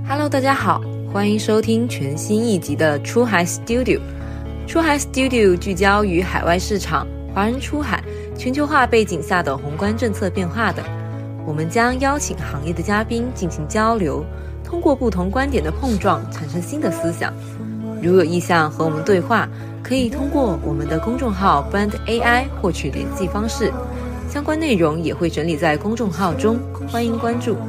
Hello， 大家好，欢迎收听全新一集的出海 Studio。出海 Studio 聚焦于海外市场、华人出海、全球化背景下的宏观政策变化等。我们将邀请行业的嘉宾进行交流，通过不同观点的碰撞，产生新的思想。如有意向和我们对话，可以通过我们的公众号 Brand AI 获取联系方式，相关内容也会整理在公众号中，欢迎关注。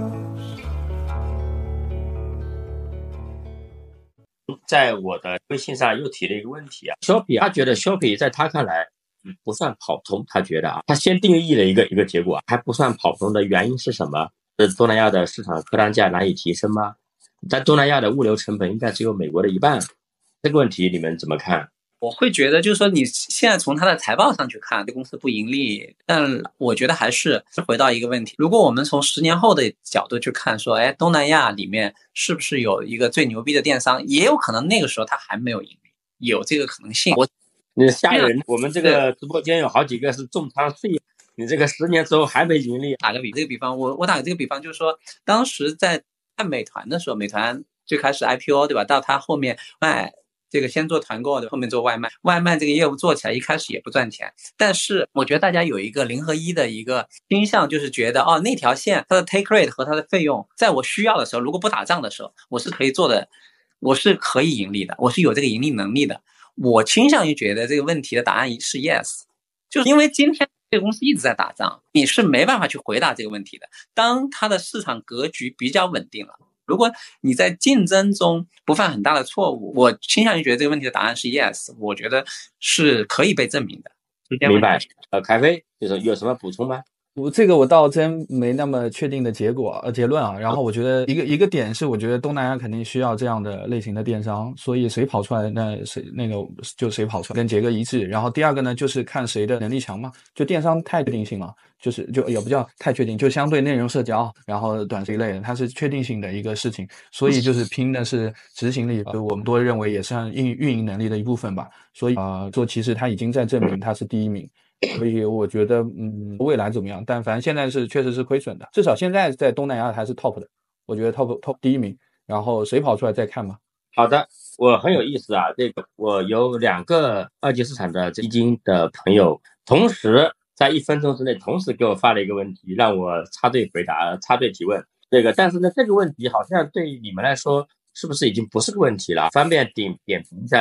在我的微信上又提了一个问题啊 ，Shopee 他觉得 Shopee 在他看来不算跑通，他觉得他先定义了一个结果，还不算跑通的原因是什么？是东南亚的市场客单价难以提升吗？在东南亚的物流成本应该只有美国的一半，这个问题你们怎么看？ 我会觉得就是说你现在从它的财报上去看，这公司不盈利，但我觉得还是回到一个问题，如果我们从10年后的角度去看说，东南亚里面是不是有一个最牛逼的电商，也有可能那个时候它还没有盈利，有这个可能性。 你吓人，我们这个直播间有好几个是重仓税，你这个10年之后还没盈利。 打个比方，我打个这个比方，就是说当时在看美团的时候，美团最开始 IPO 对吧，到它后面卖这个先做团购的，后面做外卖，外卖这个业务做起来一开始也不赚钱，但是我觉得大家有一个0和1的一个倾向，就是觉得那条线它的 take rate 和它的费用，在我需要的时候，如果不打仗的时候，我是可以做的，我是可以盈利的，我是有这个盈利能力的。我倾向于觉得这个问题的答案是 yes， 就是因为今天这个公司一直在打仗，你是没办法去回答这个问题的。当它的市场格局比较稳定了，如果你在竞争中不犯很大的错误，我倾向于觉得这个问题的答案是 yes， 我觉得是可以被证明的。 明白。凯飞就是有什么补充吗？ 我倒真没那么确定的结论啊。然后我觉得一个点是，我觉得东南亚肯定需要这样的类型的电商，所以谁跑出来，谁跑出来，跟杰哥一致。然后第二个呢，就是看谁的能力强嘛，就电商太确定性了。就也不叫太确定，就相对内容社交，然后短视一类的，它是确定性的一个事情，所以就是拼的是执行力，我们都认为也是运营能力的一部分吧。所以说其实它已经在证明它是第一名，所以我觉得未来怎么样？但反正现在确实是亏损的，至少现在在东南亚还是 top 的，我觉得 top 第一名，然后谁跑出来再看嘛。 好的，我很有意思啊，这个我有2个二级市场的基金的朋友，同时在1分钟之内同时给我发了一个问题，让我插队回答、插队提问。但是呢，这个问题好像对你们来说是不是已经不是个问题了？方便点评一下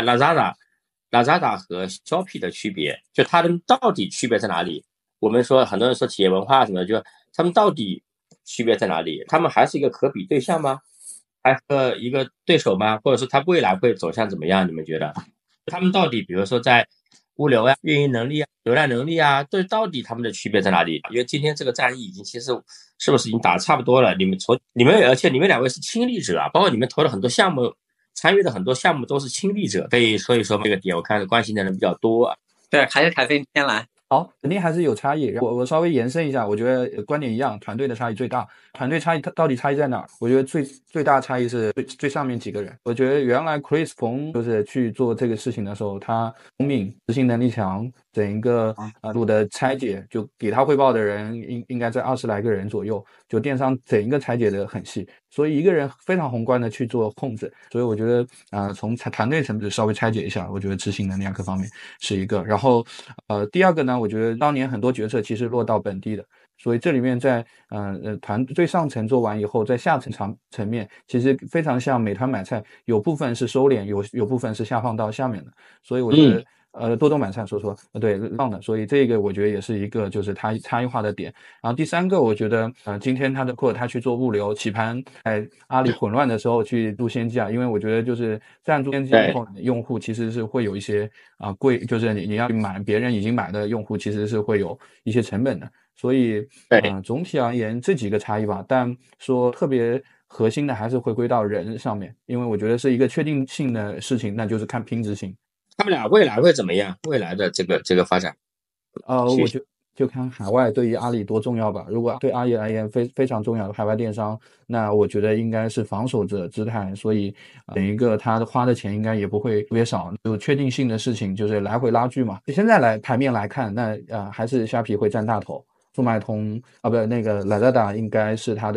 Lazada 和 Shopee 的区别，就他们到底区别在哪里？我们说很多人说企业文化什么，就他们到底区别在哪里？他们还是一个可比对象吗？还是一个对手吗？或者是他未来会走向怎么样？你们觉得他们到底比如说在物流啊、运营能力啊、流量能力啊，这到底他们的区别在哪里？因为今天这个战役已经其实是不是已经打得差不多了？而且你们2位是亲历者啊，包括你们投了很多项目，参与的很多项目都是亲历者，可以说一说这个点，我看关心的人比较多。 对，还是凯飞先来。 好，肯定还是有差异。我稍微延伸一下，我觉得观点一样，团队的差异最大。团队差异到底差异在哪儿？我觉得最大的差异是最上面几个人。我觉得原来 Chris 彭就是去做这个事情的时候，他聪明、执行能力强，整一个路的拆解，就给他汇报的人应该在20来个人左右，就电商整一个拆解的很细，所以一个人非常宏观的去做控制。所以我觉得从团队层面稍微拆解一下，我觉得执行能力各方面是一个。然后第二个呢，我觉得当年很多决策其实落到本地的，所以这里面在团最上层做完以后，在下层面其实非常像美团买菜，有部分是收敛，有部分是下放到下面的，所以我觉得多多买菜说对让的，所以这个我觉得也是一个就是它差异化的点。然后第三个，我觉得今天他去做物流起盘，在阿里混乱的时候去入先机啊，因为我觉得就是赞助先机以后，用户其实是会有一些贵，就是你要买别人已经买的用户，其实是会有一些成本的。所以总体而言这几个差异吧，但说特别核心的还是回归到人上面，因为我觉得是一个确定性的事情，那就是看拼执行。 他们俩未来会怎么样？未来的这个发展？ 我就看海外对于阿里多重要吧。如果对阿里而言非常重要的海外电商，那我觉得应该是防守者姿态，所以整一个他花的钱应该也不会特别少。有确定性的事情就是来回拉锯嘛。现在牌面来看，那还是虾皮会占大头，速卖通那个 Lazada 应该是它的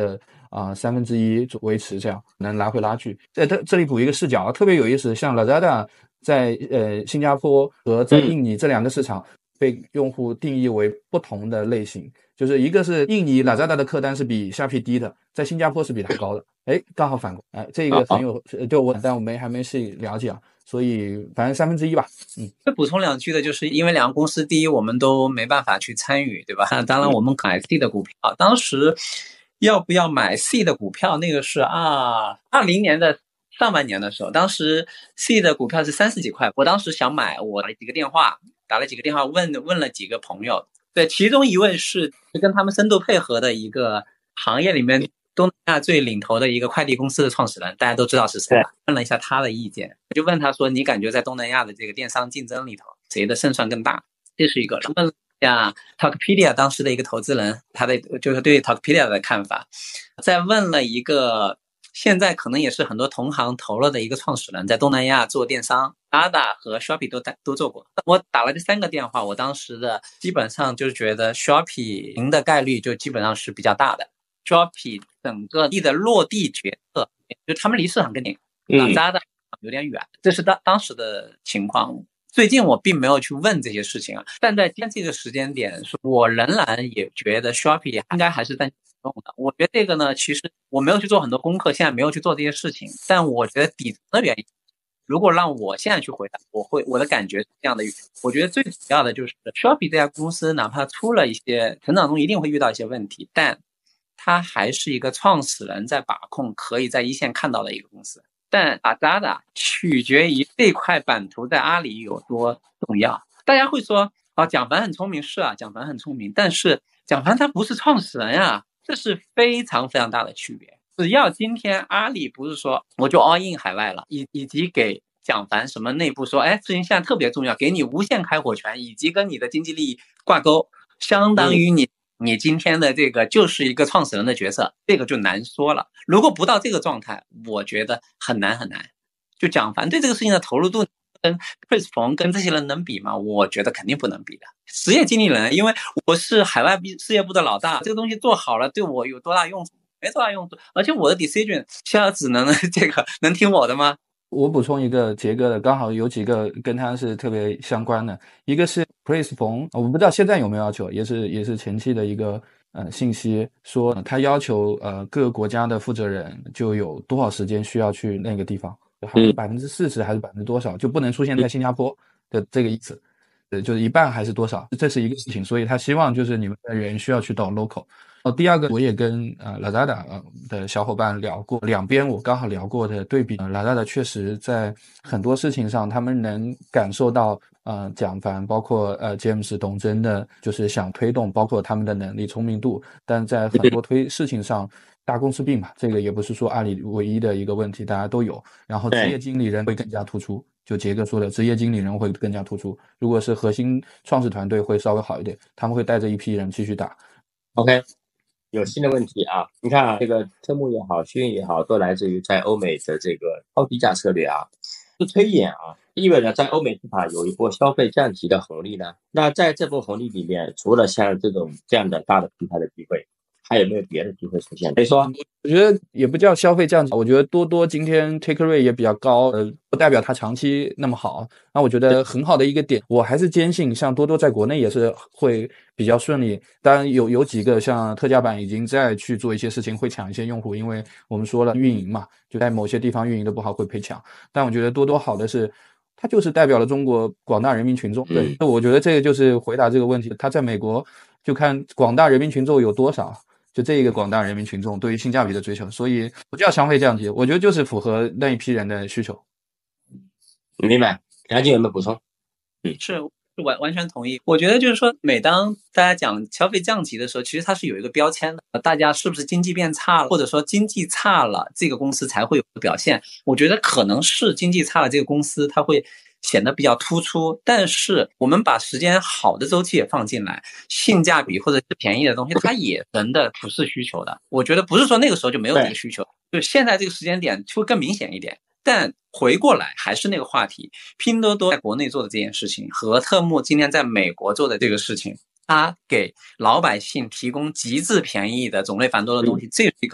1/3维持，这样能来回拉锯。这里补一个视角特别有意思，像 Lazada 在新加坡和在印尼这两个市场被用户定义为不同的类型，就是一个是印尼 Lazada 的客单是比虾皮低的，在新加坡是比它高的，刚好反过，这个很有但我还没细了解所以反正1/3吧。 再补充两句的，就是因为两个公司，第一我们都没办法去参与，对吧？当然我们买 C 的股票，当时要不要买 C 的股票，那个是20年的上半年的时候，当时 C 的股票是30几块，我当时想买，我打了几个电话问了几个朋友，对，其中一位是跟他们深度配合的一个行业里面东南亚最领头的一个快递公司的创始人，大家都知道是谁吧？问了一下他的意见，我就问他说，你感觉在东南亚的这个电商竞争里头，谁的胜算更大？这是一个。问了一下 Tokopedia 当时的一个投资人，他的就是对 Tokopedia 的看法。再问了一个现在可能也是很多同行投了的一个创始人，在东南亚做电商 Lazada 和 Shopee 都做过。我打了这3个电话，我当时的基本上就是觉得 Shopee 赢的概率就基本上是比较大的。Shopee 整个的落地决策，就他们离市场更近，Lazada 有点远，这是当时的情况。最近我并没有去问这些事情但在今天这个时间点，我仍然也觉得 Shopee 应该还是在用的。我觉得这个呢，其实我没有去做很多功课，现在没有去做这些事情，但我觉得底层的原因，如果让我现在去回答，我的感觉是这样的。我觉得最主要的就是 Shopee 这家公司，哪怕出了一些成长中一定会遇到一些问题，但它还是一个创始人在把控，可以在一线看到的一个公司。但 Lazada 取决于这块版图在阿里有多重要。大家会说蒋凡很聪明，是蒋凡很聪明，但是蒋凡他不是创始人这是非常非常大的区别。只要今天阿里不是说我就 all in 海外了，以及给蒋凡什么内部说事情现在特别重要，给你无限开火权，以及跟你的经济利益挂钩，相当于你今天的这个就是一个创始人的角色，这个就难说了。如果不到这个状态，我觉得很难。就蒋凡对这个事情的投入度跟 Chris 冯跟这些人能比吗？我觉得肯定不能比的。实业经理人，因为我是海外事业部的老大，这个东西做好了对我有多大用处？没多大用处，而且我的 decision 现在只能这个能听我的吗？ 我补充一个杰哥的，刚好有几个跟他是特别相关的。一个是 Chris 冯，我不知道现在有没有要求，也是前期的一个信息，说他要求各个国家的负责人就有多少时间需要去那个地方，好像40%还是多少，就不能出现在新加坡的这个意思，就是一半还是多少，这是一个事情，所以他希望就是你们的人需要去到 local。第二个我也跟Lazada 的小伙伴聊过，两边我刚好聊过的对比，Lazada 确实在很多事情上他们能感受到蒋凡包括James 董真的就是想推动，包括他们的能力聪明度，但在很多事情上大公司病嘛，这个也不是说阿里唯一的一个问题，大家都有。然后职业经理人会更加突出，就杰哥说的职业经理人会更加突出，如果是核心创始团队会稍微好一点，他们会带着一批人继续打。 OK，有新的问题你看这个特木也好，迅也好，都来自于在欧美的这个超低价策略是推演意味着在欧美市场有一波消费降级的红利呢。那在这波红利里面，除了像这样的大的平台的机会，还有没有别的机会出现？所以说我觉得也不叫消费降级，我觉得多多今天 take rate 也比较高，不代表它长期那么好。那我觉得很好的一个点，我还是坚信像多多在国内也是会比较顺利。当然有几个像特价版已经在去做一些事情，会抢一些用户，因为我们说了运营嘛，就在某些地方运营的不好会赔抢。但我觉得多多好的是，它就是代表了中国广大人民群众。对，我觉得这个就是回答这个问题。它在美国就看广大人民群众有多少。就这一个广大人民群众对于性价比的追求，所以不叫消费降级，我觉得就是符合那一批人的需求。 明白。梁静有没有补充？ 是完全同意。我觉得就是说，每当大家讲消费降级的时候，其实它是有一个标签的，大家是不是经济变差了，或者说经济差了，这个公司才会有表现。我觉得可能是经济差了，这个公司它会显得比较突出，但是我们把时间好的周期也放进来，性价比或者是便宜的东西，它也人的普世需求的。我觉得不是说那个时候就没有这个需求，就现在这个时间点会更明显一点。但回过来还是那个话题，拼多多在国内做的这件事情和特木今天在美国做的这个事情，它给老百姓提供极致便宜的种类繁多的东西，这是一个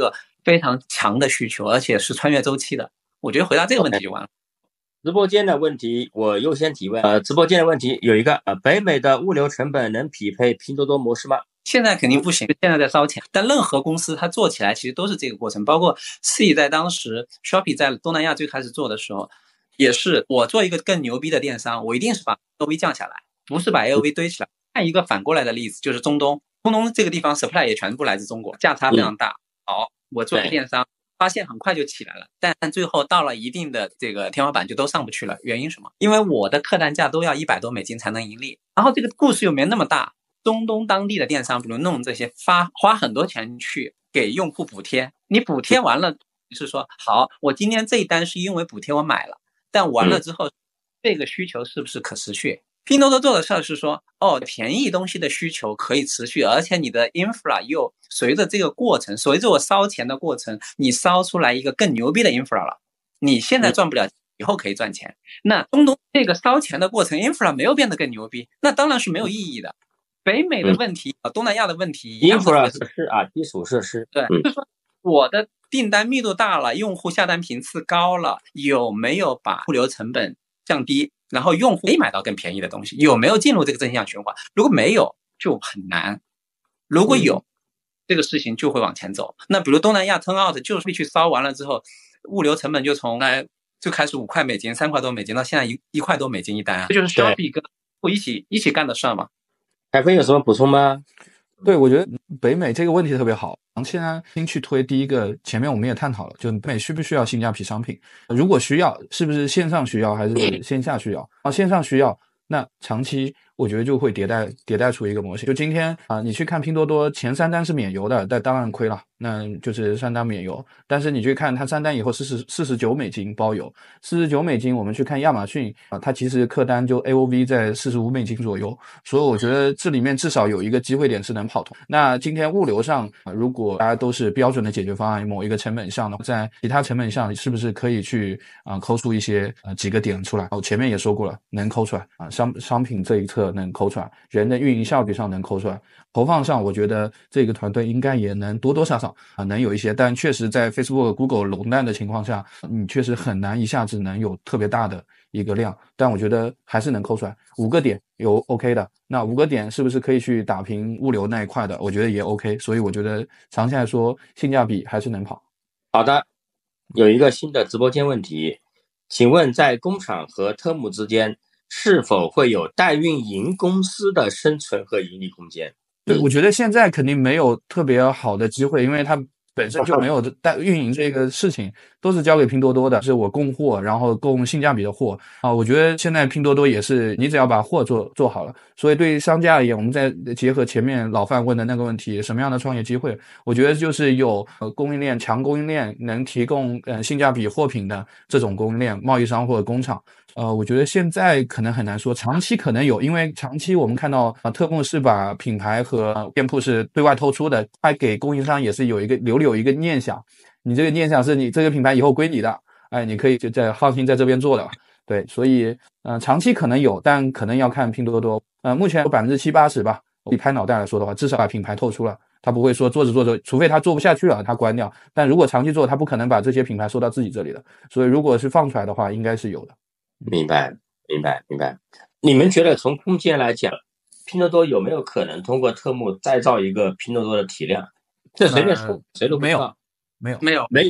非常强的需求，而且是穿越周期的。我觉得回答这个问题就完了。 直播间的问题我优先提问。直播间的问题有一个，北美的物流成本能匹配拼多多模式吗？ 现在肯定不行，现在在烧钱。但任何公司它做起来其实都是这个过程，包括 C 在当时 Shopee 在东南亚最开始做的时候，也是我做一个更牛逼的电商，我一定是把 LV 降下来，不是把 LV 堆起来。看一个反过来的例子，就是中东这个地方 supply 也全部来自中国，价差非常大。好，我做电商发现很快就起来了，但最后到了一定的这个天花板就都上不去了。原因什么？因为我的客单价都要100多美金才能盈利，然后这个故事又没那么大。中东当地的电商，比如弄这些花很多钱去给用户补贴，你补贴完了是说好，我今天这一单是因为补贴我买了，但完了之后这个需求是不是可持续？拼多多做的事儿是说，便宜东西的需求可以持续，而且你的 infra 又随着这个过程，随着我烧钱的过程，你烧出来一个更牛逼的 infra 了。你现在赚不了，以后可以赚钱。那中东这个烧钱的过程 infra 没有变得更牛逼，那当然是没有意义的。北美的问题东南亚的问题一样的 ，infra 设施啊，基础设施。 对，就是说我的订单密度大了，用户下单频次高了，有没有把物流成本降低？然后用户可以买到更便宜的东西，有没有进入这个正向循环？如果没有，就很难；如果有，这个事情就会往前走。那比如东南亚 turn out 就是去烧完了之后，物流成本就从来就开始5块美金、3块多美金，到现在1块多美金一单啊，这就是 Shopee 跟我一起干的事嘛。 海飞有什么补充吗？ 对，我觉得北美这个问题特别好。现在先去推第一个，前面我们也探讨了，就北美需不需要性价比商品？如果需要，是不是线上需要还是线下需要？线上需要，那长期我觉得就会迭代出一个模型。就今天你去看拼多多前3单是免邮的，但当然亏了，那就是3单免邮。但是你去看它3单以后49美金包邮，49美金我们去看亚马逊它其实客单就 AOV 在45美金左右，所以我觉得这里面至少有一个机会点是能跑通。那今天物流上如果大家都是标准的解决方案，某一个成本项呢，在其他成本项是不是可以去抠出一些几个点出来？前面也说过了，能抠出来商品这一侧能抠出来，人的运营效率上能抠出来，投放上我觉得这个团队应该也能多多少少能有一些，但确实在 Facebook、Google 垄断的情况下，你确实很难一下子能有特别大的一个量，但我觉得还是能抠出来5个点有 OK 的。那5个点是不是可以去打平物流那一块的？我觉得也 OK， 所以我觉得长期来说性价比还是能跑。 好的，有一个新的直播间问题，请问在工厂和特目之间是否会有代运营公司的生存和盈利空间？ 对，我觉得现在肯定没有特别好的机会，因为它本身就没有代运营这个事情，都是交给拼多多的，是我供货，然后供性价比的货我觉得现在拼多多也是，你只要把货做好了。所以对于商家而言，我们再结合前面老范问的那个问题，什么样的创业机会？我觉得就是有供应链强供应链能提供性价比货品的这种供应链、贸易商或者工厂。我觉得现在可能很难说，长期可能有，因为长期我们看到特供是把品牌和店铺是对外透出的，它给供应商也是留有一个念想，你这个念想是你这个品牌以后归你的，你可以就放心在这边做的，对，所以长期可能有，但可能要看拼多多，目前有70-80%吧，以拍脑袋来说的话，至少把品牌透出了。他不会说做着，除非他做不下去了，他关掉。但如果长期做，他不可能把这些品牌收到自己这里的。所以如果是放出来的话，应该是有的。 明白。你们觉得从空间来讲，拼多多有没有可能通过特目再造一个拼多多的体量？这随便说，谁都不知道。 没有。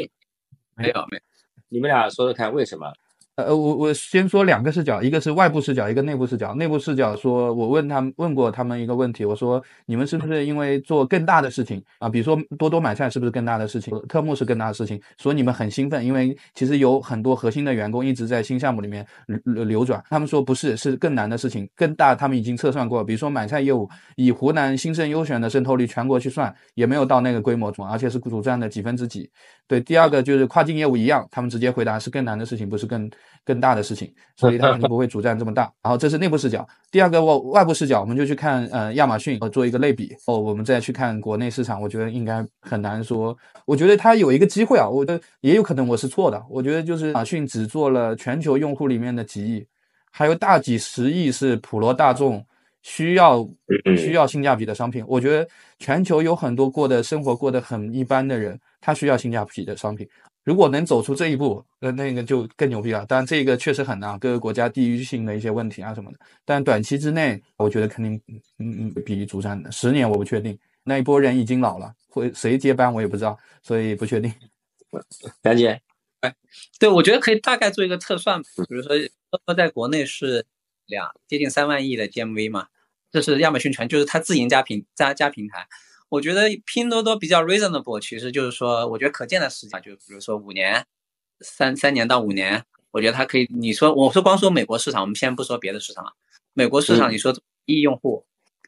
你们俩说说看，为什么？ 我先说2个视角，一个是外部视角，一个内部视角。内部视角说，我问过他们一个问题，我说你们是不是因为做更大的事情比如说多多买菜是不是更大的事情，特目是更大的事情，所以你们很兴奋，因为其实有很多核心的员工一直在新项目里面流转。他们说不是，是更难的事情，更大，他们已经测算过，比如说买菜业务，以湖南兴盛优选的渗透率全国去算，也没有到那个规模，而且是主占的几分之几。对，第二个就是跨境业务一样，他们直接回答是更难的事情，不是更大的事情，所以他们就不会主占这么大。然后这是内部视角。第二个外部视角，我们就去看亚马逊做一个类比我们再去看国内市场，我觉得应该很难说。我觉得它有一个机会我觉得也有可能我是错的。我觉得就是亚马逊只做了全球用户里面的几亿，还有大几十亿是普罗大众需要性价比的商品。我觉得全球有很多生活过得很一般的人， 它需要性价比的商品。如果能走出这一步，那个就更牛逼了。当然，这个确实很难，各个国家地域性的一些问题啊什么的。但短期之内，我觉得肯定比主战的10年我不确定，那一波人已经老了，会谁接班我也不知道，所以不确定。 杨姐， 对，我觉得可以大概做一个测算，比如说在国内是接近3万亿的 GMV 嘛，这是亚马逊就是它自营加平台。我觉得拼多多比较 reasonable， 其实就是说，我觉得可见的时间就比如说5年，3年到5年，我觉得它可以。我说光说美国市场，我们先不说别的市场，美国市场你说1亿用户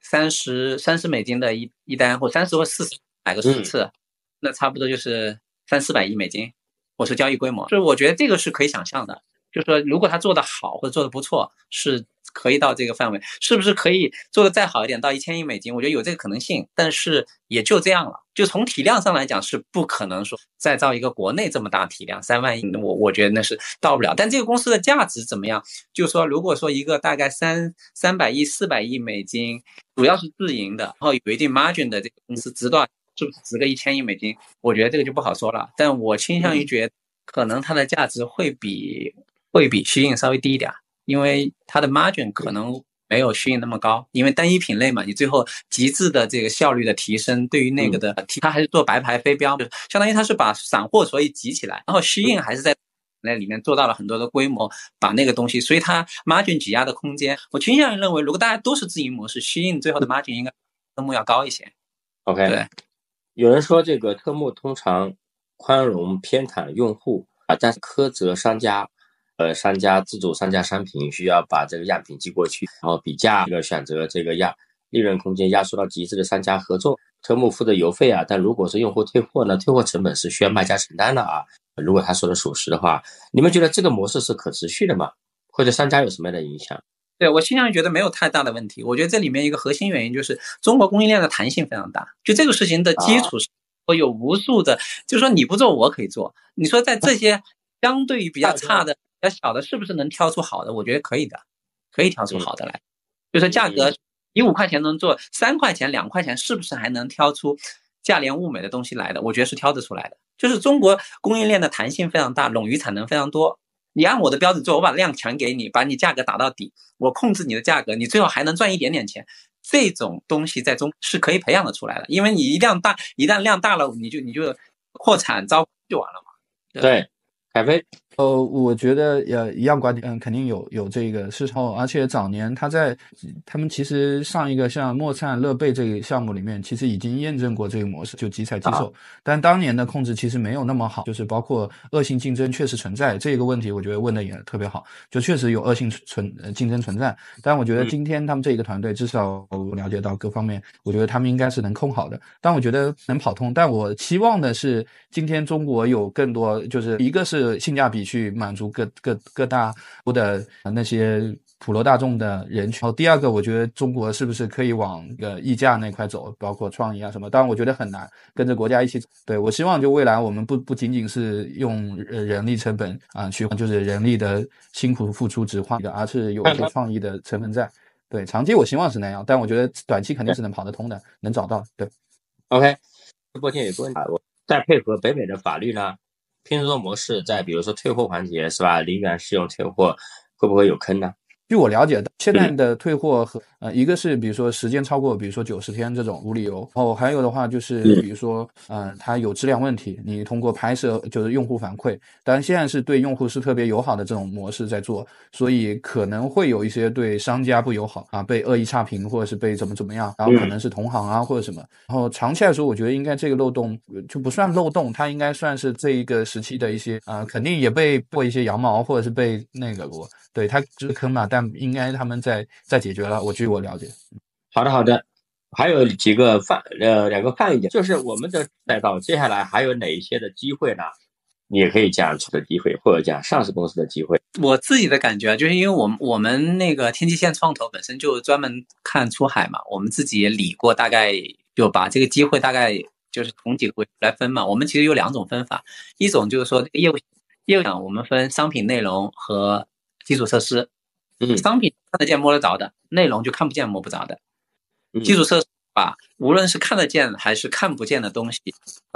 ，30美金的一单，或30或40买个10次，那差不多就是300-400亿美金，我说交易规模，就是我觉得这个是可以想象的。就是说，如果他做得好或者做得不错，是可以到这个范围。是不是可以做得再好一点，到1000亿美金？我觉得有这个可能性，但是也就这样了。就从体量上来讲，是不可能说再造一个国内这么大体量3万亿，我觉得那是到不了。但这个公司的价值怎么样？就是说，如果说一个大概300亿、400亿美金，主要是自营的，然后有一定 margin 的这个公司，值多少？是不是值个1000亿美金？我觉得这个就不好说了。但我倾向于觉得，可能它的价值会比Shein稍微低一点，因为它的 margin 可能没有Shein那么高，因为单一品类嘛，你最后极致的这个效率的提升，对于那个的它还是做白牌非标，就相当于它是把散货所以集起来，然后Shein还是在那里面做到了很多的规模，把那个东西，所以它 margin 挤压的空间，我倾向于认为，如果大家都是自营模式，Shein最后的 margin 应该特目要高一些。 OK， 对， 有人说这个特目通常宽容偏袒用户啊，但是苛责商家。自主商家商品需要把这个样品寄过去，然后比价这个选择这个利润空间压缩到极致的商家合作，特目付的邮费啊，但如果是用户退货呢，退货成本是需要卖家承担的啊。如果他说的属实的话，你们觉得这个模式是可持续的吗？或者商家有什么样的影响？ 对，我倾向于觉得没有太大的问题。我觉得这里面一个核心原因就是中国供应链的弹性非常大，就这个事情的基础是我有无数的，就是说你不做我可以做。你说在这些相对于比较差的比较小的，是不是能挑出好的？我觉得可以的，可以挑出好的来。就是价格你5块钱能做，3块钱、2块钱，是不是还能挑出价廉物美的东西来的？我觉得是挑得出来的。就是中国供应链的弹性非常大，冗余产能非常多。你按我的标准做，我把量全给你，把你价格打到底，我控制你的价格，你最后还能赚一点点钱。这种东西在中是可以培养的出来的，因为你一旦量大了，你就扩产招就完了嘛。 对，凯飞。 我觉得一样观点，肯定有这个市场，而且早年他们其实上一个像莫灿乐贝这个项目里面，其实已经验证过这个模式，就即采即售，但当年的控制其实没有那么好，就是包括恶性竞争确实存在这个问题，我觉得问的也特别好，就确实有恶性竞争存在，但我觉得今天他们这个团队至少我了解到各方面，我觉得他们应该是能控好的，但我觉得能跑通，但我期望的是今天中国有更多，就是一个是性价比去满足各大的那些普罗大众的人群。第二个，我觉得中国是不是可以往溢价那块走，包括创意啊什么？当然，我觉得很难跟着国家一起走。对，我希望就未来我们不仅仅是用人力成本去就是人力的辛苦付出只换的，而是有一些创意的成分在。对，长期我希望是那样，但我觉得短期肯定是能跑得通的，能找到。对 ，OK。直播间有个问题，我再配合北美的法律呢？拼多多模式在比如说退货环节是吧？零元试用退货会不会有坑呢？ 据我了解，现在的退货和一个是比如说时间超过比如说90天这种无理由，然后还有的话就是比如说它有质量问题，你通过拍摄就是用户反馈，当然现在是对用户是特别友好的这种模式在做，所以可能会有一些对商家不友好被恶意差评或者是被怎么样，然后可能是同行或者什么，然后长期来说我觉得应该这个漏洞就不算漏洞，它应该算是这一个时期的一些肯定也被过一些羊毛或者是被那个过，对，它就是坑嘛，但应该他们在解决了，据我了解。 好的，还有几个两个泛一点，就是我们的赛道接下来还有哪一些的机会呢？你也可以讲出的机会，或者讲上市公司的机会。 我自己的感觉就是因为我们那个天际线创投本身就专门看出海嘛，我们自己也理过，大概就把这个机会大概就是从几个维度来分嘛。我们其实有2种分法，一种就是说业务我们分商品内容和基础设施。商品看得见摸得着的，内容就看不见摸不着的。基础设施把无论是看得见还是看不见的东西，把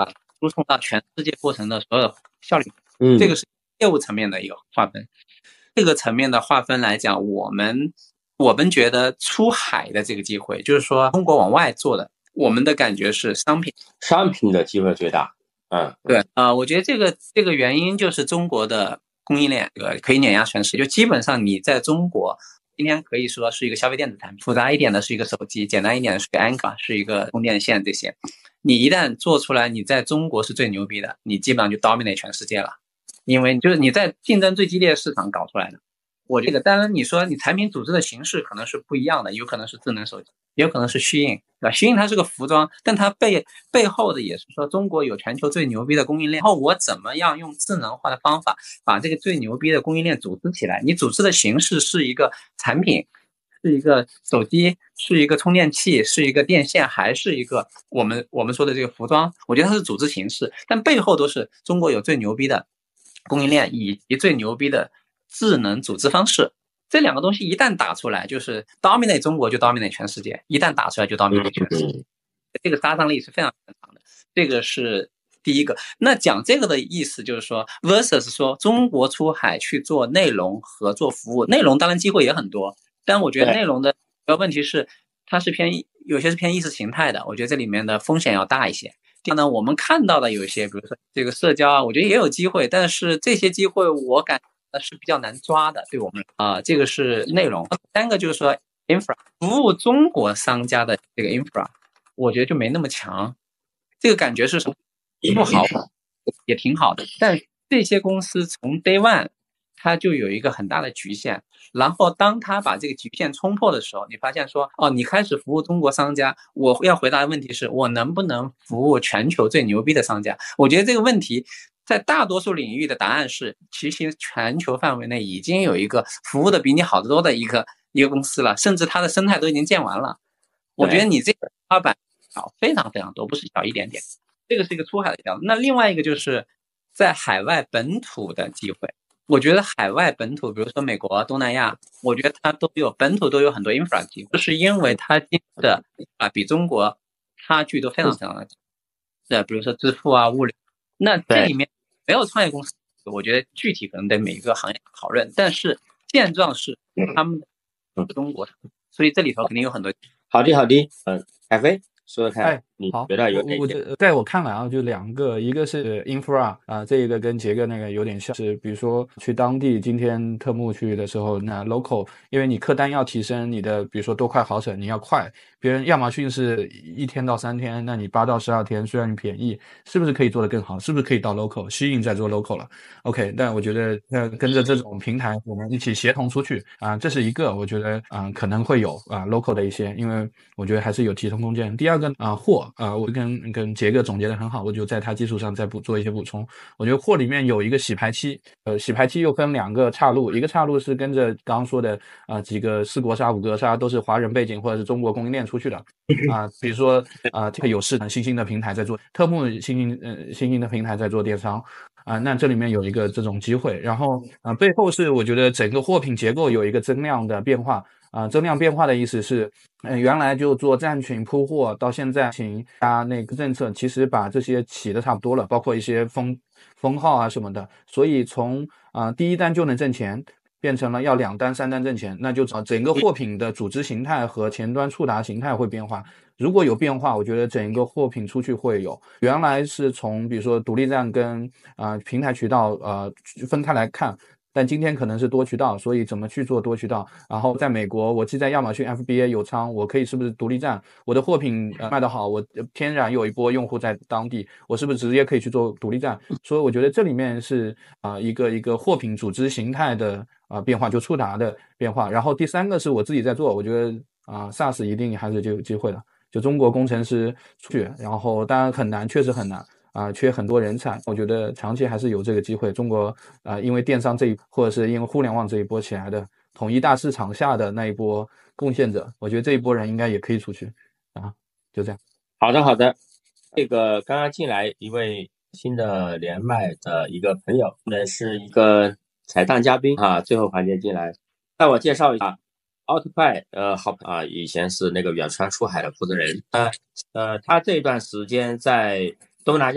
输送到全世界过程的所有效率。这个是业务层面的一个划分。这个层面的划分来讲，我们觉得出海的这个机会，就是说中国往外做的，我们的感觉是商品的机会最大。对，我觉得这个原因就是中国的供应链可以碾压全世界，就基本上你在中国今天可以说是一个消费电子产品，复杂一点的是一个手机，简单一点的是个 Anchor， 是一个供电线，这些你一旦做出来，你在中国是最牛逼的，你基本上就 dominate 全世界了，因为就是你在竞争最激烈的市场搞出来的。我这个当然你说你产品组织的形式可能是不一样的，有可能是智能手机，也有可能是虚印，对吧？虚印它是个服装，但它背后的也是说中国有全球最牛逼的供应链，然后我怎么样用智能化的方法把这个最牛逼的供应链组织起来。你组织的形式是一个产品，是一个手机，是一个充电器，是一个电线，还是一个我们说的这个服装，我觉得它是组织形式，但背后都是中国有最牛逼的供应链以及最牛逼的智能组织方式。这两个东西一旦打出来，就是 dominate 中国就 dominate 全世界，一旦打出来就 dominate 全世界，这个杀伤力是非常正常的。这个是第一个。那讲这个的意思就是说 versus 说中国出海去做内容和做服务，内容当然机会也很多，但我觉得内容的问题是它是有些是偏意识形态的，我觉得这里面的风险要大一些。第二呢，我们看到的有一些比如说这个社交啊，我觉得也有机会，但是这些机会我感是比较难抓的，对我们这个是内容。三个就是说 infra 服务中国商家的这个 infra， 我觉得就没那么强。这个感觉是什么？不好也挺好的，但这些公司从 day one 它就有一个很大的局限，然后当它把这个局限冲破的时候，你发现说你开始服务中国商家，我要回答的问题是我能不能服务全球最牛逼的商家。我觉得这个问题在大多数领域的答案是，其实全球范围内已经有一个服务的比你好得多的一个公司了，甚至它的生态都已经建完了。我觉得你这个发展非常非常多，不是小一点点。这个是一个出海的角度。那另外一个就是在海外本土的机会。我觉得海外本土，比如说美国、东南亚，我觉得它本土都有很多 infra 机会，就是因为它的比中国差距都非常非常的，比如说支付啊、物流。那这里面没有创业公司，我觉得具体可能得每一个行业讨论，但是现状是他们中国，所以这里头肯定有很多。 好的，海飞说说看，你觉得有哪些？ 在我看来啊，就两个，一个是 infra 这一个跟杰哥那个有点像，是比如说去当地，今天特目去的时候，那 local， 因为你客单要提升，你的比如说多快好省，你要快，别人亚马逊是1天到3天，那你8到12天，虽然你便宜，是不是可以做得更好？是不是可以到 local？ 虚印在做 local 了 ，OK， 但我觉得跟着这种平台，我们一起协同出去这是一个，我觉得可能会有local 的一些，因为我觉得还是有提升空间。第二个货我跟杰哥总结的很好，我就在他基础上再做一些补充。我觉得货里面有一个洗牌期，洗牌期又分2个岔路，一个岔路是跟着刚刚说的几个4国杀5国杀都是华人背景或者是中国供应链出去的比如说这个有市场新兴的平台在做特目新兴的平台在做电商那这里面有一个这种机会，然后背后是我觉得整个货品结构有一个增量的变化增量变化的意思是原来就做站群铺货，到现在请那个政策其实把这些起的差不多了，包括一些封号什么的，所以从第1单就能挣钱变成了要2单3单挣钱，那就整个货品的组织形态和前端触达形态会变化。如果有变化，我觉得整个货品出去会有，原来是从比如说独立站跟平台渠道分开来看，但今天可能是多渠道，所以怎么去做多渠道？然后在美国，我记在亚马逊 FBA 有仓，我可以是不是独立站？我的货品卖得好，我天然有一波用户在当地，我是不是直接可以去做独立站？所以我觉得这里面是一个货品组织形态的变化，就触达的变化。然后第3个是我自己在做，我觉得SaaS 一定还是就有机会的。就中国工程师出去，然后当然很难，确实很难缺很多人才。我觉得长期还是有这个机会。中国因为电商或者是因为互联网这一波起来的统一大市场下的那一波贡献者，我觉得这一波人应该也可以出去就这样。 好的，这个刚刚进来一位新的连麦的一个朋友，那是一个彩蛋嘉宾最后环节进来，让我介绍一下。奥特快好以前是那个远川出海的负责人他这段时间在东南亚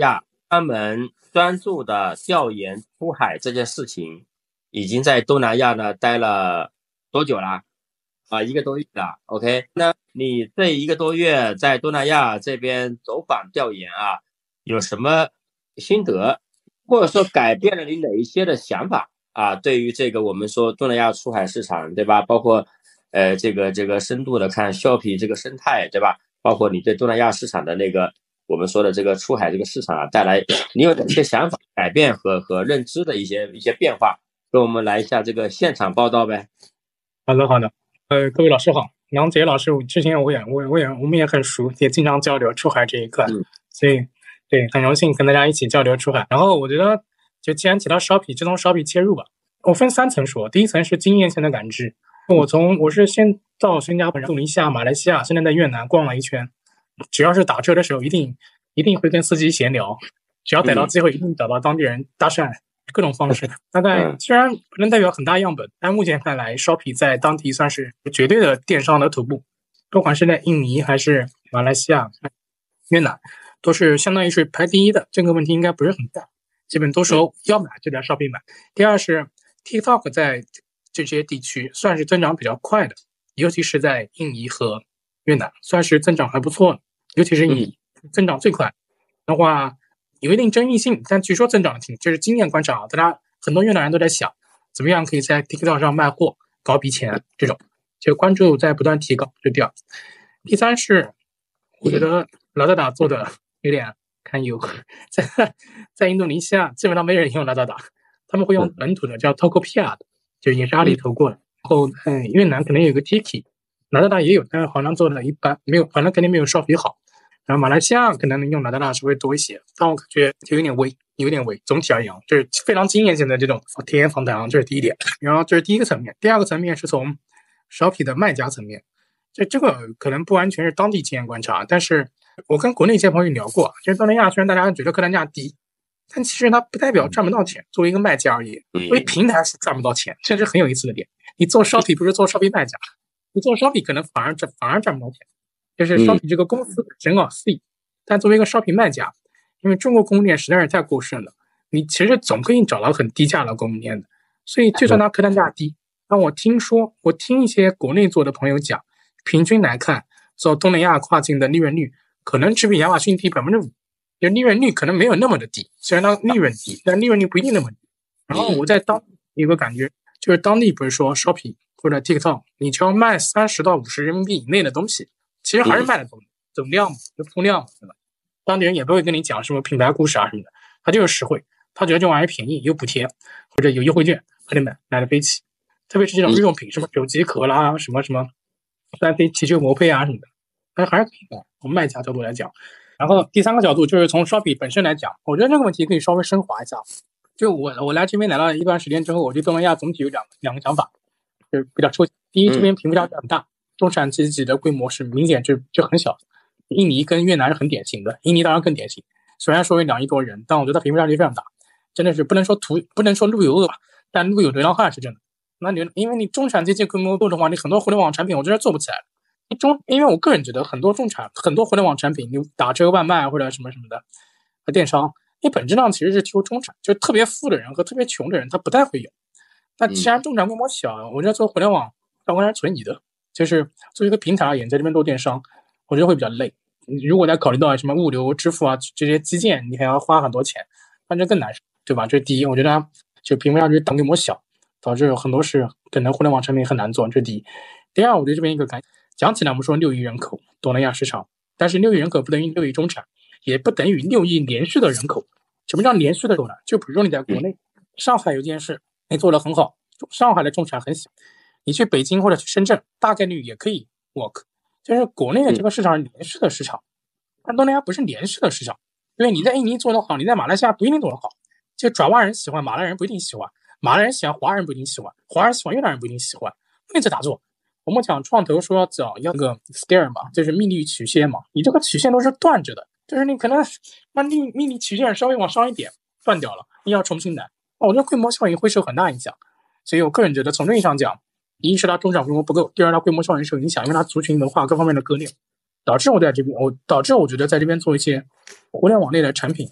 专门专注的调研出海这件事情，已经在东南亚呢待了多久了？1个多月了。OK， 那你这1个多月在东南亚这边走访调研啊，有什么心得，或者说改变了你哪一些的想法啊？对于这个我们说东南亚出海市场，对吧？包括这个深度的看 Shopee 这个生态，对吧？包括你对东南亚市场的那个我们说的这个出海这个市场啊，带来你有哪些想法、改变和认知的一些变化，跟我们来一下这个现场报道呗。 好的，各位老师好，杨杰老师，之前我们也很熟，也经常交流出海这一块，所以对，很荣幸跟大家一起交流出海。然后我觉得，就既然提到 Shopee， 就从 Shopee 切入吧。我分3层说，第一层是经验性的感知。我是先到新加坡、印度尼西亚、马来西亚，现在在越南逛了一圈。只要是打车的时候，一定会跟司机闲聊，只要逮到机会，一定找到当地人搭讪。各种方式，大概虽然不能代表很大样本，但目前看来 Shopee 在当地算是绝对的电商的头部，不管是在印尼还是马来西亚、越南，都是相当于是排第一的，这个问题应该不是很大，基本都说要买就在 Shopee 买。第二是 TikTok 在这些地区算是增长比较快的，尤其是在印尼和越南，算是增长还不错的，尤其是印尼增长最快的话。有一定争议性，但据说增长的挺，就是经验观察啊，大家很多越南人都在想，怎么样可以在 TikTok 上卖货搞笔钱，这种就关注在不断提高。这第二，第三是我觉得拉达达做的有点堪忧，在印度尼西亚基本上没人用拉达达，他们会用本土的叫 Tokopedia 的，就也是阿里投过的。然后越南可能有个 Tiki， 拉达达也有，但是好像做的一般，没有，反正肯定没有Shopee好。然后马来西亚可能用拉达达稍微多一些，但我感觉就有点微。总体而言，就是非常经验性的这种田野访谈，这是第一点。然后这是第一个层面，第二个层面是从 Shopee 的卖家层面，这个可能不完全是当地经验观察，但是我跟国内一些朋友聊过，就是东南亚虽然大家觉得客单价低，但其实它不代表赚不到钱。作为一个卖家而言，作为平台是赚不到钱，这是很有意思的点。你做 Shopee 不是做 Shopee 卖家，你做 Shopee 可能反而赚不到钱。就是 Shopee 这个公司整个 C， 但作为一个 Shopee 卖家，因为中国供应链实在是太过剩了，你其实总可以找到很低价的供应链的，所以就算它客单价低，但我听一些国内做的朋友讲，平均来看，做东南亚跨境的利润率可能只比亚马逊低 5%， 就利润率可能没有那么的低，虽然它利润低，但利润率不一定那么低。然后我在当地有个感觉，就是当地不是说 Shopee 或者 TikTok， 你只要卖30到50人民币以内的东西，其实还是卖的总量嘛，就铺量嘛，对吧？当地人也不会跟你讲什么品牌故事啊什么的，他就是实惠，他觉得这玩意儿便宜，有补贴或者有优惠券，他就买了飞起。特别是这种日用品，什么手机壳啦，什么单飞汽车膜配啊什么的，但还是可以买。从卖家角度来讲，然后第三个角度就是从 Shopee 本身来讲，我觉得这个问题可以稍微升华一下。就我来这边来了一段时间之后，我对东南亚总体有两个想法，就是比较抽象。第一，这边贫富差距很大。中产阶级的规模是明显就很小，印尼跟越南是很典型的，印尼当然更典型。虽然说有2亿多人，但我觉得贫富差距非常大，真的是不能说路有恶吧，但路有流浪汉是真的。那因为你中产阶级规模够的话，你很多互联网产品我觉得做不起来。因为我个人觉得很多互联网产品，你打车外卖或者什么的和电商，你本质上其实是求中产，就是特别富的人和特别穷的人他不太会有。那既然中产规模小，我觉得做互联网要不然存疑的。就是作为一个平台而言，在这边做电商，我觉得会比较累。如果再考虑到什么物流、支付啊这些基建，你还要花很多钱，那就更难受，对吧？这是第一，我觉得就贫富差距大规模小，导致有很多事可能互联网产品很难做，这是第一。第二，我对这边一个讲起来，我们说6亿人口东南亚市场，但是6亿人口不等于6亿中产，也不等于6亿连续的人口。什么叫连续的人口呢？就比如说你在国内，上海有件事你做得很好，上海的中产很小。你去北京或者去深圳，大概率也可以 work。就是国内的这个市场是连续的市场，但东南亚不是连续的市场，因为你在印尼做得好，你在马来西亚不一定做得好。就爪哇人喜欢，马来人不一定喜欢；马来人喜欢，华人不一定喜欢；华人喜欢，越南人不一定喜欢。那这咋做？我们讲创投说要那个 scale 嘛，就是幂力曲线嘛，你这个曲线都是断着的，就是你可能幂力曲线稍微往上一点断掉了，你要重新来，我觉得规模效应会受很大影响。所以我个人觉得从这意义上讲，一是它中产规模不够，第二它规模效应受影响，因为它族群文化各方面的割裂，导致我觉得在这边做一些互联网类的产品，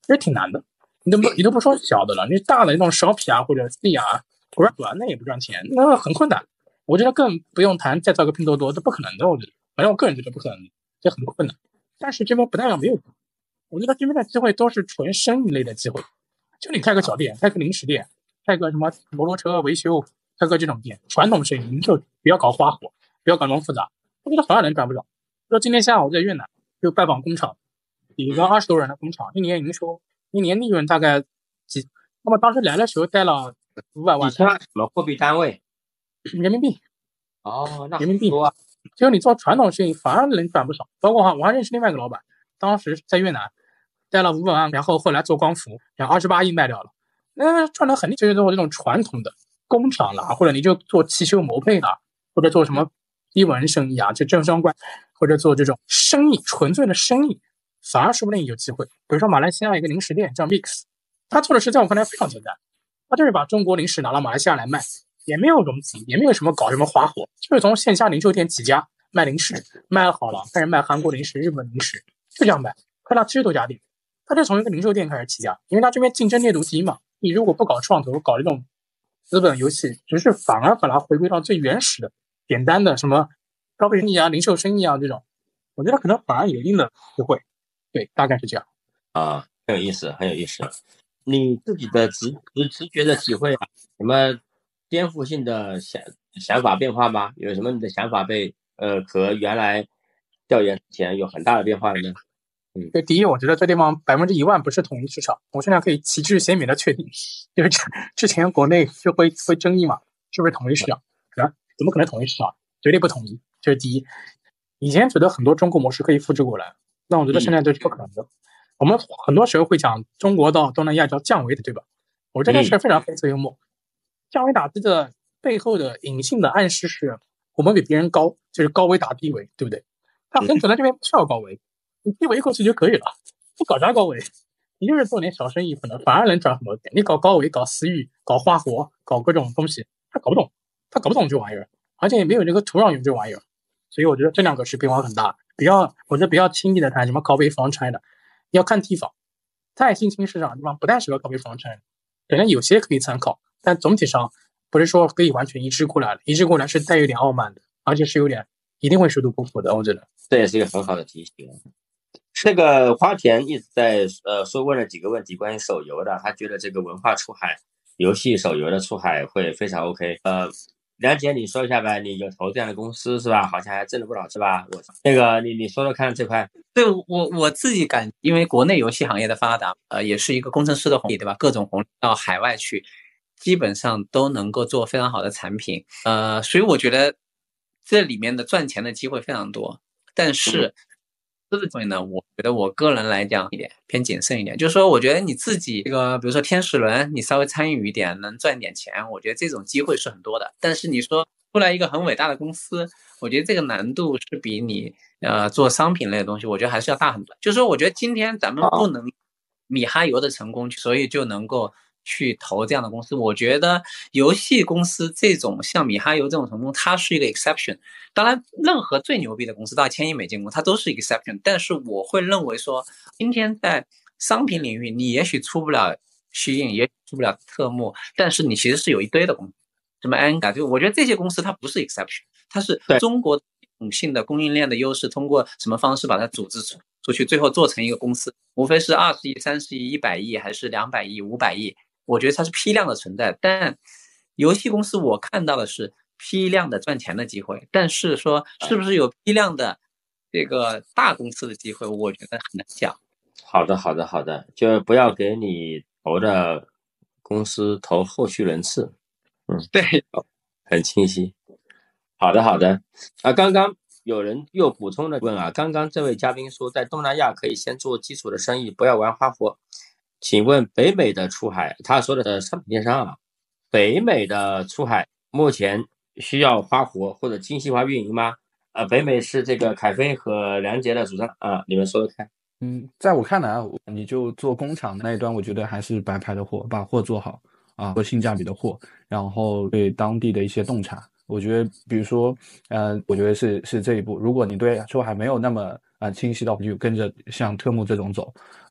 其实挺难的。你都不说小的了，你大的那种小品啊或者 C 啊 Grab 啊，那也不赚钱，那很困难。我觉得更不用谈再造个拼多多，这不可能的。我觉得，反正我个人觉得不可能的，这很困难。但是这边不代表没有，我觉得这边的机会都是纯生意类的机会。就你开个小店，开个零食店，开个什么摩托车维修，开个这种店，传统生意你就不要搞花活，不要搞那么复杂。我觉得好像能赚不少。说今天下午在越南就拜访工厂，有个20多人的工厂，一年营收，一年利润大概几，那么当时来的时候带了500万。 你算什么货币单位？ 人民币。 哦，那人民币多啊。 就是你做传统生意反而能赚不少。包括我还认识另外一个老板，当时在越南带了500万，然后后来做光伏，然后28亿卖掉了，那赚得很厉害。就是做这种传统的工厂啦，或者你就做汽修模配啦，或者做什么低纹生意啊，就政商关，或者做这种生意，纯粹的生意，反而说不定有机会。比如说马来西亚一个零食店叫 Mix， 他做的是在我看来非常简单，他就是把中国零食拿到马来西亚来卖，也没有融资，也没有什么搞什么花活，就是从线下零售店起家卖零食，卖好了开始卖韩国零食、日本零食，就这样卖，开了70多家店。他就从一个零售店开始起家，因为他这边竞争力度低嘛。你如果不搞创投，搞这种资本游戏，只是反而把它回归到最原始的、简单的什么消费生意啊、零售生意啊这种，我觉得可能反而有一定的机会。对，大概是这样。 啊，很有意思，很有意思。你自己的直觉的体会啊，什么颠覆性的想法变化吗？有什么你的想法被和原来调研前有很大的变化了呢？ 对，第一，我觉得这地方100%不是统一市场，我现在可以旗帜鲜明的确定，就是之前国内就会争议嘛，是不是统一市场？怎么可能统一市场？绝对不统一，这是第一。以前觉得很多中国模式可以复制过来，那我觉得现在这是不可能的。我们很多时候会讲中国到东南亚叫降维的，对吧？我这件事非常黑色幽默。降维打低的背后的隐性的暗示是我们比别人高，就是高维打低维，对不对？他很可能这边不需要高维，你低维过去就可以了，不搞啥高维，你就是做点小生意，可能反而能赚很多钱。你搞高维、搞私域、搞花活、搞各种东西，他搞不懂这玩意儿，而且也没有这个土壤用这玩意儿。所以我觉得这两个是变化很大，我觉得不要轻易的谈什么高维房产的，要看地方。在新兴市场的地方不太适合高维房产，可能有些可以参考，但总体上不是说可以完全移植过来的，移植过来是带有点傲慢的，而且是一定会水土不服的。我觉得这也是一个很好的提醒。这个花田一直在问了几个问题关于手游的，他觉得这个文化出海、游戏手游的出海会非常 OK。梁姐，你说一下呗，你有投这样的公司是吧？好像还挣了不少是吧？那个你说说看这块。 对，我自己感，因为国内游戏行业的发达，也是一个工程师的红利，对吧？各种红利到海外去，基本上都能够做非常好的产品，所以我觉得这里面的赚钱的机会非常多。但是这个东西呢，我觉得我个人来讲一点偏谨慎一点，就是说我觉得你自己这个比如说天使轮你稍微参与一点能赚点钱，我觉得这种机会是很多的。但是你说出来一个很伟大的公司，我觉得这个难度是比你做商品类的东西我觉得还是要大很多。就是说我觉得今天咱们不能米哈游的成功所以就能够去投这样的公司。我觉得游戏公司这种像米哈游这种成功，它是一个 exception。当然，任何最牛逼的公司到1000亿美金公司，它都是 exception。但是我会认为说，今天在商品领域，你也许出不了虚印，也出不了特木，但是你其实是有一堆的公司，什么安嘎，就我觉得这些公司它不是 exception， 它是中国统性的供应链的优势，通过什么方式把它组织出去，最后做成一个公司，无非是20亿、30亿、100亿，还是200亿、500亿。我觉得它是批量的存在，但游戏公司我看到的是批量的赚钱的机会，但是说是不是有批量的这个大公司的机会，我觉得很难讲。 好的，就不要给你投的公司投后续人次。 对， 很清晰。好的。刚刚有人又补充了问啊，刚刚这位嘉宾说在东南亚可以先做基础的生意，不要玩花活。请问北美的出海，他说的商品电商啊，北美的出海目前需要花活或者精细化运营吗？北美是这个凯飞和梁杰的主张啊，你们说说看。 在我看来，你就做工厂那一端，我觉得还是白牌的货，把货做好啊，做性价比的货，然后对当地的一些洞察。我觉得，比如说，我觉得是这一步。如果你对出海没有那么清晰的，就跟着像特木这种走。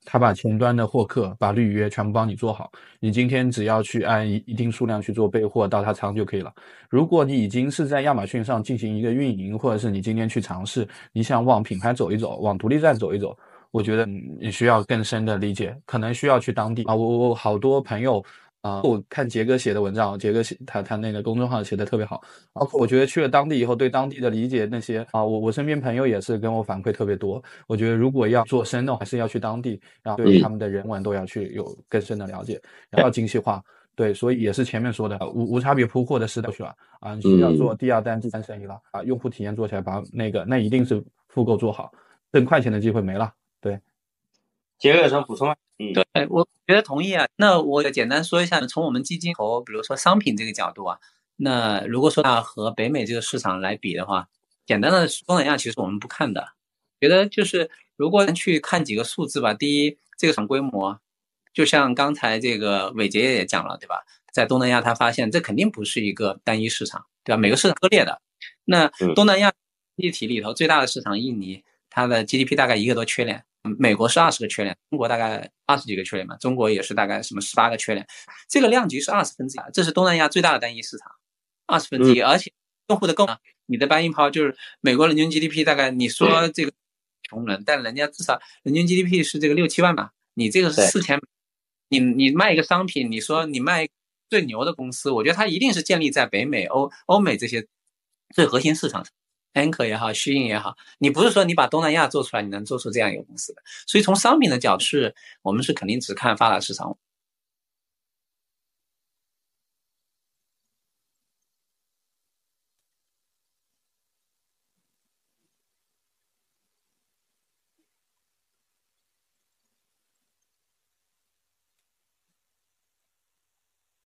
他把前端的获客、把预约全部帮你做好，你今天只要去按一定数量去做备货到他仓就可以了。如果你已经是在亚马逊上进行一个运营，或者是你今天去尝试，你想往品牌走一走，往独立站走一走，我觉得你需要更深的理解，可能需要去当地啊。我好多朋友我看杰哥写的文章，杰哥他那个公众号写的特别好，包括我觉得去了当地以后对当地的理解那些我身边朋友也是跟我反馈特别多。我觉得如果要做深的还是要去当地，然后对他们的人文都要去有更深的了解，然后要精细化。对，所以也是前面说的无差别铺货的时代去了啊，需要做第二单、第三生意了啊，用户体验做起来，把那一定是复购做好，挣快钱的机会没了。对， 杰哥有什么补充吗？ 对，我觉得同意啊。那我简单说一下，从我们基金投，比如说商品这个角度啊，那如果说和北美这个市场来比的话，简单的东南亚其实我们不看的，觉得就是如果去看几个数字吧，第一，这个市场规模，就像刚才这个伟杰也讲了，对吧？在东南亚他发现这肯定不是一个单一市场，对吧？每个市场割裂的。那东南亚经济体里头最大的市场印尼，它的 GDP 大概1个多缺点。美国是20个缺点，中国大概20几个缺点嘛，中国也是大概什么18个缺点，这个量级是1/20，这是东南亚最大的单一市场，1/20，而且用户的购买，你的 buying power 就是美国人均 GDP 大概你说这个穷人，但人家至少人均 GDP 是这个6、7万嘛，你这个是4000，你卖一个商品，你说你卖最牛的公司，我觉得它一定是建立在北美、欧美这些最核心市场上。Anchor 也好，Shein 也好，你不是说你把东南亚做出来，你能做出这样一个公司的。所以从商品的角度是，我们是肯定只看发达市场。